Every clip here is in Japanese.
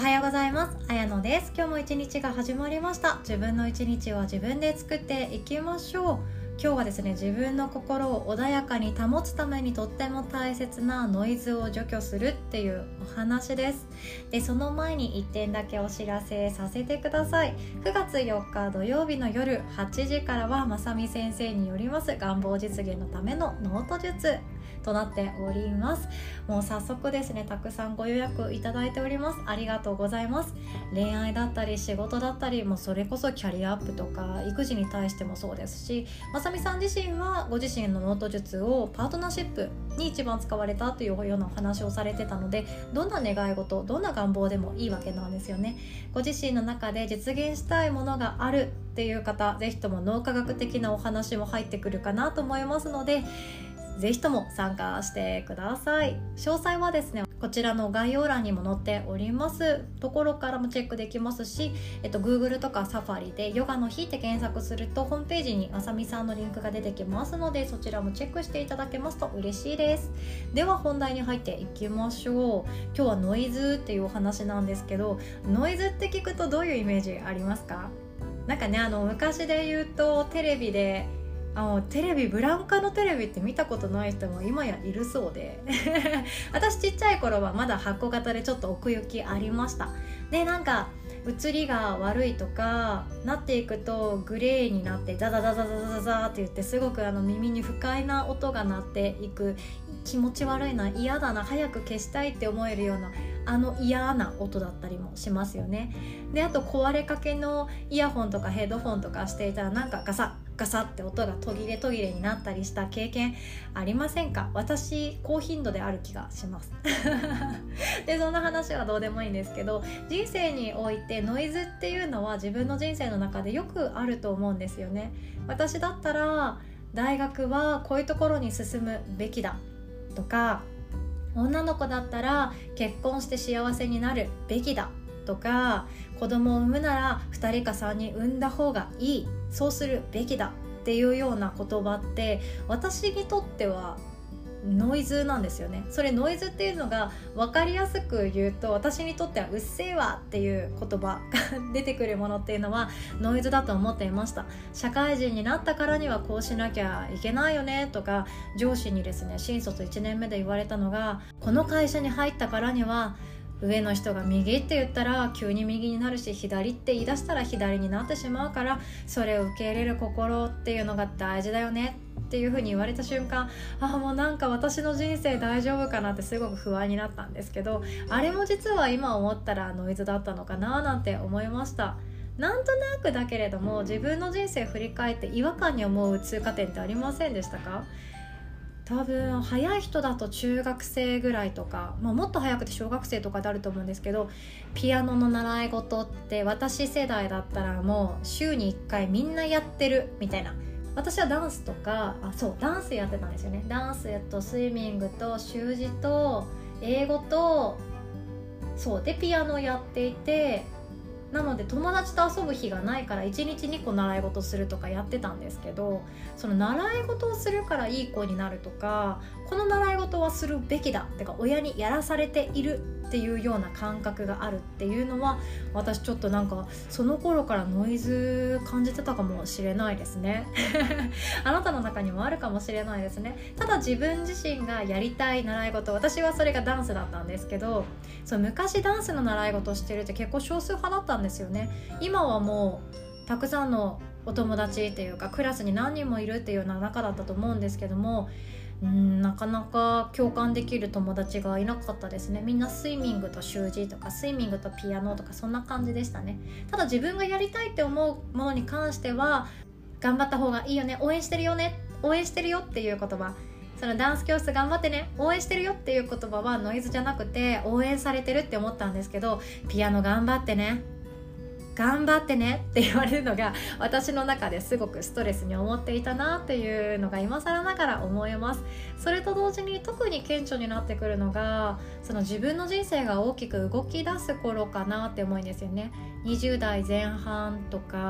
はようございます。あやのです。今日も一日が始まりました。自分の一日は自分で作っていきましょう。今日はですね、自分の心を穏やかに保つためにとっても大切なノイズを除去するっていうお話です。で、その前に1点だけお知らせさせてください。9月4日土曜日の夜8時からはまさみ先生によります願望実現のためのノート術となっております。もう早速ですね、たくさんご予約いただいております。ありがとうございます。恋愛だったり仕事だったり、もうそれこそキャリアアップとか育児に対してもそうですし、まさみさん自身はご自身のノート術をパートナーシップに一番使われたというようなお話をされてたので、どんな願い事、どんな願望でもいいわけなんですよね。ご自身の中で実現したいものがあるっていう方、ぜひとも脳科学的なお話も入ってくるかなと思いますので、ぜひとも参加してください。詳細はですね、こちらの概要欄にも載っておりますところからもチェックできますし、Google とかサファリでヨガの日って検索するとホームページにあさみさんのリンクが出てきますので、そちらもチェックしていただけますと嬉しいです。では本題に入っていきましょう。今日はノイズっていうお話なんですけど、ノイズって聞くとどういうイメージありますか？なんかね、昔で言うとテレビでブラウン管のテレビって見たことない人も今やいるそうで私ちっちゃい頃はまだ箱型でちょっと奥行きありました。で、なんか映りが悪いとかなっていくとグレーになってザザザザザザザって言って、すごく耳に不快な音が鳴っていく、気持ち悪いな、嫌だな、早く消したいって思えるような嫌な音だったりもしますよね。で、あと壊れかけのイヤホンとかヘッドホンとかしていたら、なんかガサッガサって音が途切れ途切れになったりした経験ありませんか？私高頻度である気がしますで、そんな話はどうでもいいんですけど、人生においてノイズっていうのは自分の人生の中でよくあると思うんですよね。私だったら大学はこういうところに進むべきだとか、女の子だったら結婚して幸せになるべきだとか、子供を産むなら2人か3人産んだ方がいい、そうするべきだっていうような言葉って、私にとってはノイズなんですよね。それノイズっていうのが分かりやすく言うと、私にとってはうっせえわっていう言葉が出てくるものっていうのはノイズだと思っていました。社会人になったからにはこうしなきゃいけないよねとか、上司にですね、新卒1年目で言われたのが、この会社に入ったからには上の人が右って言ったら急に右になるし、左って言い出したら左になってしまうから、それを受け入れる心っていうのが大事だよねっていう風に言われた瞬間、もうなんか私の人生大丈夫かなってすごく不安になったんですけど、あれも実は今思ったらノイズだったのかななんて思いました。なんとなくだけれども、自分の人生振り返って違和感に思う通過点ってありませんでしたか？多分早い人だと中学生ぐらいとか、もっと早くて小学生とかであると思うんですけど、ピアノの習い事って私世代だったらもう週に1回みんなやってるみたいな。私はダンスとかダンスやってたんですよね。ダンスとスイミングと習字と英語とでピアノやっていて、なので友達と遊ぶ日がないから1日2個習い事するとかやってたんですけど、その習い事をするからいい子になるとか、この習い事はするべきだってか親にやらされているっていうような感覚があるっていうのは、私ちょっとなんかその頃からノイズ感じてたかもしれないですねあなたの中にもあるかもしれないですね。ただ自分自身がやりたい習い事、私はそれがダンスだったんですけど、昔ダンスの習い事をしてるって結構少数派だったんですよね。今はもうたくさんのお友達っていうかクラスに何人もいるっていうような仲だったと思うんですけども、なかなか共感できる友達がいなかったですね。みんなスイミングと習字とかスイミングとピアノとかそんな感じでしたね。ただ自分がやりたいって思うものに関しては頑張った方がいいよね、応援してるよね、応援してるよっていう言葉、そのダンス教室頑張ってね、応援してるよっていう言葉はノイズじゃなくて応援されてるって思ったんですけど、ピアノ頑張ってね、頑張ってねって言われるのが私の中ですごくストレスに思っていたなっていうのが今更ながら思います。それと同時に特に顕著になってくるのが、その自分の人生が大きく動き出す頃かなって思うんですよね。20代前半とか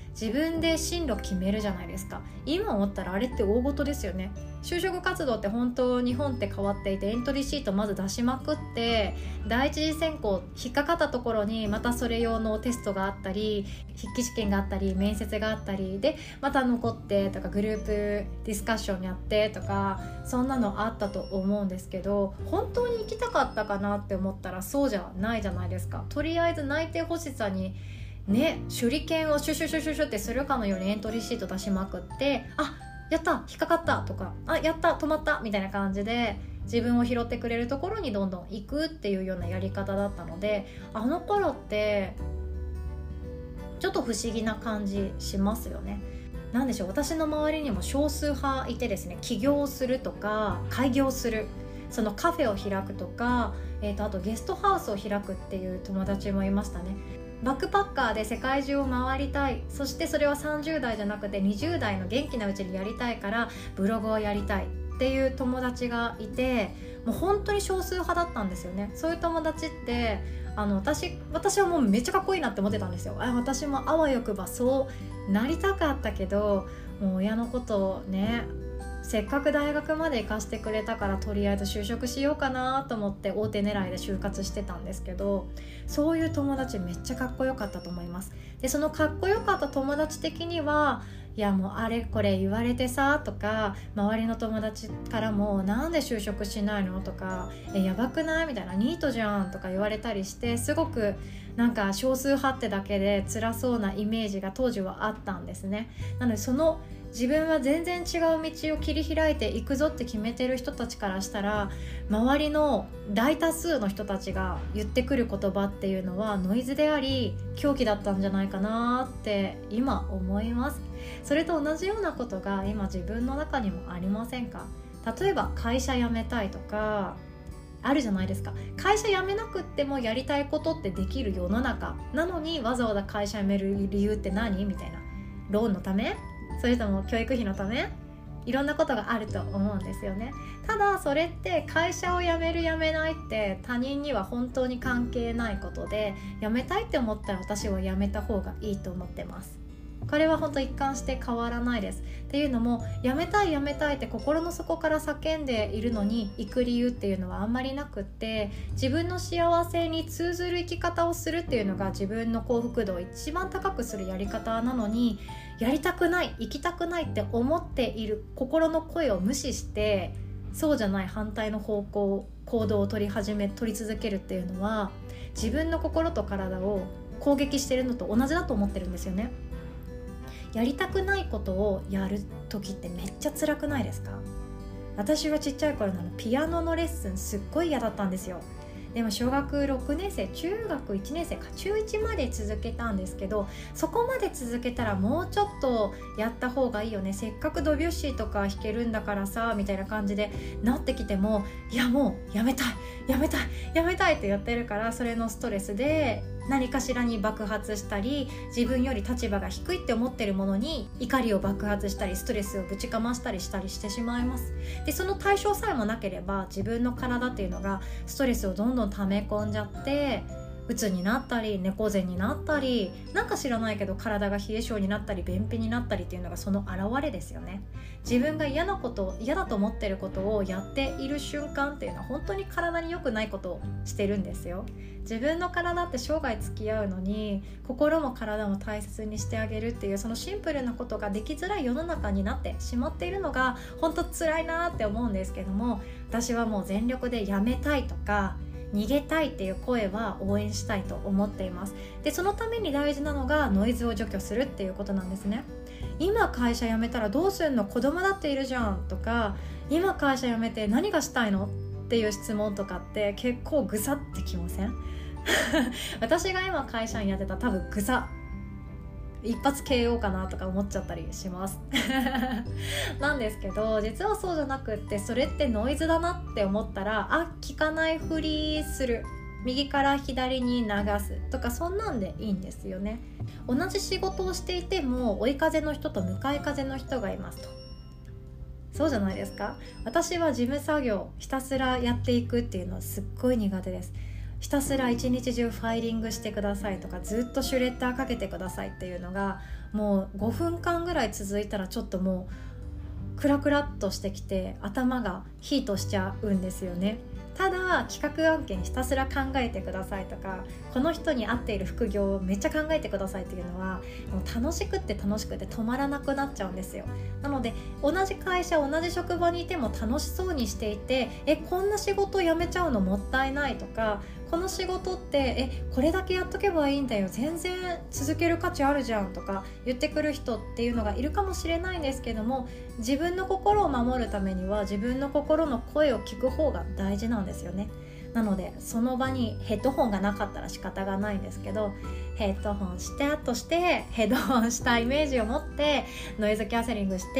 自分で進路決めるじゃないですか。今思ったらあれって大事ですよね。就職活動って本当日本って変わっていて、エントリーシートまず出しまくって、第一次選考引っかかったところにまたそれ用のテストがあったり、筆記試験があったり、面接があったりでまた残ってとか、グループディスカッションやってとか、そんなのあったと思うんですけど、本当に行きたかったかなって思ったらそうじゃないじゃないですか。とりあえず内定欲しさにね、手裏剣をシュシュシュシュシュってするかのようにエントリーシート出しまくって、あ、やった引っかかったとか、あ、やった止まったみたいな感じで自分を拾ってくれるところにどんどん行くっていうようなやり方だったので、あの頃ってちょっと不思議な感じしますよね。なんでしょう、私の周りにも少数派いてですね、起業するとか開業する、そのカフェを開くとか、あとゲストハウスを開くっていう友達もいましたね。バックパッカーで世界中を回りたい、そしてそれは30代じゃなくて20代の元気なうちにやりたいからブログをやりたいっていう友達がいて、もう本当に少数派だったんですよね。そういう友達って私はもうめっちゃかっこいいなって思ってたんですよ。私もあわよくばそうなりたかったけど、もう親のことをね、せっかく大学まで行かせてくれたからとりあえず就職しようかなと思って大手狙いで就活してたんですけど、そういう友達めっちゃかっこよかったと思います。でそのかっこよかった友達的には、いやもうあれこれ言われてさとか、周りの友達からもなんで就職しないのとか、やばくないみたいな、ニートじゃんとか言われたりして、すごくなんか少数派ってだけで辛そうなイメージが当時はあったんですね。なのでその自分は全然違う道を切り開いていくぞって決めてる人たちからしたら、周りの大多数の人たちが言ってくる言葉っていうのはノイズであり狂気だったんじゃないかなって今思います。それと同じようなことが今自分の中にもありませんか？例えば会社辞めたいとかあるじゃないですか。会社辞めなくってもやりたいことってできる世の中なのに、わざわざ会社辞める理由って何みたいな。ローンのため？それとも教育費のため？いろんなことがあると思うんですよね。ただそれって会社を辞める辞めないって他人には本当に関係ないことで、辞めたいって思ったら私は辞めた方がいいと思ってます。これは本当一貫して変わらないです。っていうのも、辞めたい辞めたいって心の底から叫んでいるのに行く理由っていうのはあんまりなくって、自分の幸せに通ずる生き方をするっていうのが自分の幸福度を一番高くするやり方なのに、やりたくない行きたくないって思っている心の声を無視して、そうじゃない反対の方向行動を取り続けるっていうのは、自分の心と体を攻撃してるのと同じだと思ってるんですよね。やりたくないことをやる時ってめっちゃ辛くないですか？私はちっちゃい頃のピアノのレッスンすっごい嫌だったんですよ。でも小学6年生、中学1年生か中1まで続けたんですけど、そこまで続けたらもうちょっとやった方がいいよね、せっかくドビュッシーとか弾けるんだからさみたいな感じでなってきても、いやもうやめたいってやってるから、それのストレスで何かしらに爆発したり、自分より立場が低いって思ってるものに怒りを爆発したり、ストレスをぶちかましたりしてしまいます。でその対象さえもなければ、自分の体っていうのがストレスをどんどん溜め込んじゃって、鬱になったり猫背になったり、なんか知らないけど体が冷え性になったり便秘になったりっていうのがその表れですよね。自分が嫌だと思ってることをやっている瞬間っていうのは本当に体に良くないことをしてるんですよ。自分の体って生涯付き合うのに、心も体も大切にしてあげるっていう、そのシンプルなことができづらい世の中になってしまっているのが本当辛いなって思うんですけども、私はもう全力でやめたいとか逃げたいっていう声は応援したいと思っています。でそのために大事なのがノイズを除去するっていうことなんですね。今会社辞めたらどうすんの、子供だっているじゃんとか、今会社辞めて何がしたいのっていう質問とかって結構グサってきません？私が今会社員やってたら多分グサ一発 KO かなとか思っちゃったりしますなんですけど、実はそうじゃなくって、それってノイズだなって思ったら、聞かないふりする、右から左に流すとか、そんなんでいいんですよね。同じ仕事をしていても追い風の人と向かい風の人がいますと。そうじゃないですか。私は事務作業ひたすらやっていくっていうのはすっごい苦手です。ひたすら一日中ファイリングしてくださいとか、ずっとシュレッダーかけてくださいっていうのがもう5分間ぐらい続いたらちょっともうクラクラっとしてきて頭がヒートしちゃうんですよね。ただ企画案件ひたすら考えてくださいとか、この人に合っている副業をめっちゃ考えてくださいっていうのはもう楽しくって止まらなくなっちゃうんですよ。なので同じ会社同じ職場にいても楽しそうにしていて、こんな仕事辞めちゃうのもったいないとか、この仕事ってこれだけやっとけばいいんだよ、全然続ける価値あるじゃんとか言ってくる人っていうのがいるかもしれないんですけども、自分の心を守るためには自分の心の声を聞く方が大事なんですよね。なのでその場にヘッドホンがなかったら仕方がないんですけど、ヘッドホンしてヘッドホンしたイメージを持ってノイズキャンセリングして、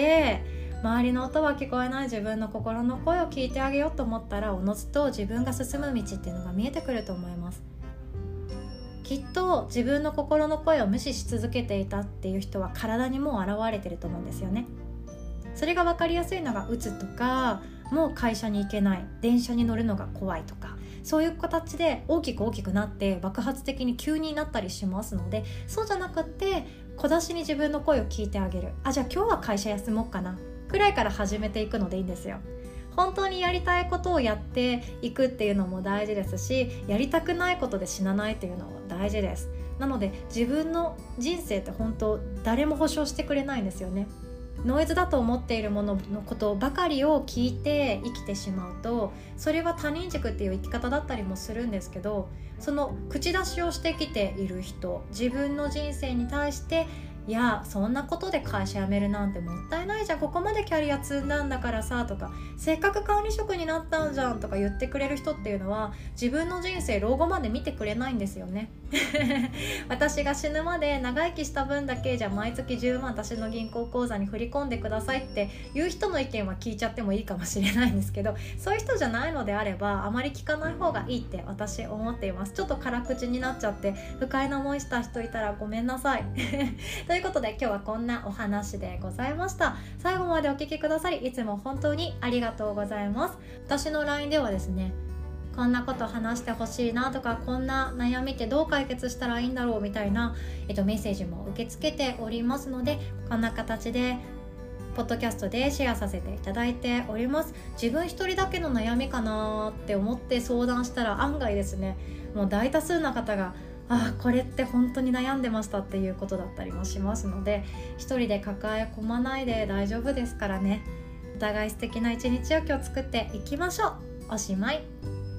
周りの音は聞こえない自分の心の声を聞いてあげようと思ったら、おのずと自分が進む道っていうのが見えてくると思います。きっと自分の心の声を無視し続けていたっていう人は体にも現れてると思うんですよね。それが分かりやすいのがうつとか、もう会社に行けない、電車に乗るのが怖いとか、そういう形で大きくなって爆発的に急になったりしますので、そうじゃなくって小出しに自分の声を聞いてあげる。じゃあ今日は会社休もうかなくらいから始めていくのでいいんですよ。本当にやりたいことをやっていくっていうのも大事ですし、やりたくないことで死なないっていうのも大事です。なので自分の人生って本当誰も保証してくれないんですよね。ノイズだと思っているもののことばかりを聞いて生きてしまうと、それは他人軸っていう生き方だったりもするんですけど、その口出しをしてきている人、自分の人生に対していやそんなことで会社辞めるなんてもったいないじゃん、ここまでキャリア積んだんだからさとか、せっかく管理職になったんじゃんとか言ってくれる人っていうのは、自分の人生老後まで見てくれないんですよね私が死ぬまで長生きした分だけじゃあ毎月10万私の銀行口座に振り込んでくださいっていう人の意見は聞いちゃってもいいかもしれないんですけど、そういう人じゃないのであればあまり聞かない方がいいって私思っています。ちょっと辛口になっちゃって不快な思いした人いたらごめんなさいということで今日はこんなお話でございました。最後までお聞きくださりいつも本当にありがとうございます。私の LINE ではですね、こんなこと話してほしいなとか、こんな悩みってどう解決したらいいんだろうみたいな、メッセージも受け付けておりますので、こんな形でポッドキャストでシェアさせていただいております。自分一人だけの悩みかなって思って相談したら、案外ですね、もう大多数の方がこれって本当に悩んでましたっていうことだったりもしますので、一人で抱え込まないで大丈夫ですからね。お互い素敵な一日を今日作っていきましょう。おしまい。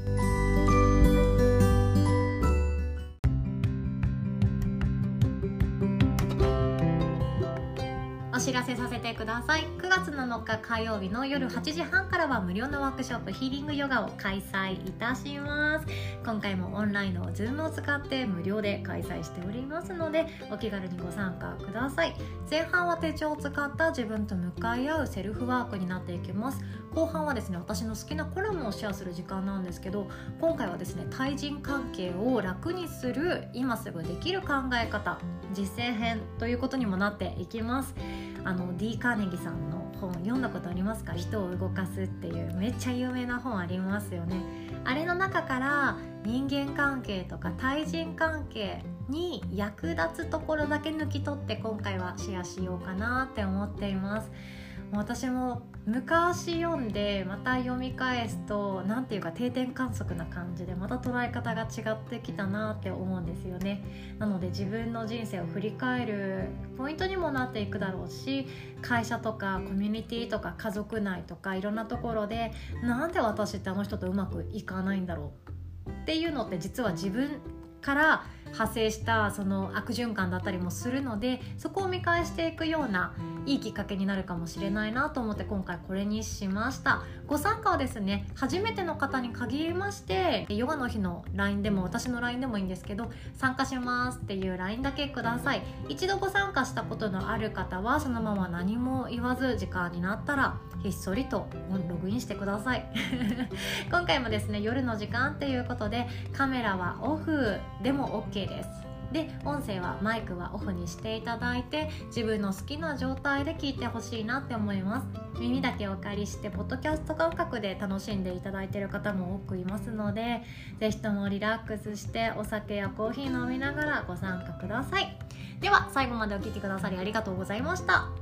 お知らせさせてください。9月7日火曜日の夜8時半からは無料のワークショップヒーリングヨガを開催いたします。今回もオンラインの Zoom を使って無料で開催しておりますので、お気軽にご参加ください。前半は手帳を使った自分と向かい合うセルフワークになっていきます。後半はですね、私の好きなコラムをシェアする時間なんですけど、今回はですね、対人関係を楽にする今すぐできる考え方実践編ということにもなっていきます。D カーネギーさんの本読んだことありますか？人を動かすっていうめっちゃ有名な本ありますよね。あれの中から人間関係とか対人関係に役立つところだけ抜き取って今回はシェアしようかなって思っています。私も昔読んでまた読み返すと、なんていうか定点観測な感じでまた捉え方が違ってきたなって思うんですよね。なので自分の人生を振り返るポイントにもなっていくだろうし、会社とかコミュニティとか家族内とかいろんなところで、なんで私ってあの人とうまくいかないんだろうっていうのって実は自分から派生したその悪循環だったりもするので、そこを見返していくようないいきっかけになるかもしれないなと思って今回これにしました。ご参加はですね、初めての方に限りまして、ヨガの日の LINE でも私の LINE でもいいんですけど、参加しますっていう LINE だけください。一度ご参加したことのある方はそのまま何も言わず、時間になったらひっそりとログインしてください今回もですね、夜の時間っていうことでカメラはオフでも OK です。で、音声はマイクはオフにしていただいて、自分の好きな状態で聞いてほしいなって思います。耳だけお借りしてポッドキャスト感覚で楽しんでいただいている方も多くいますので、ぜひともリラックスしてお酒やコーヒー飲みながらご参加ください。 では最後までお聞きくださりありがとうございました。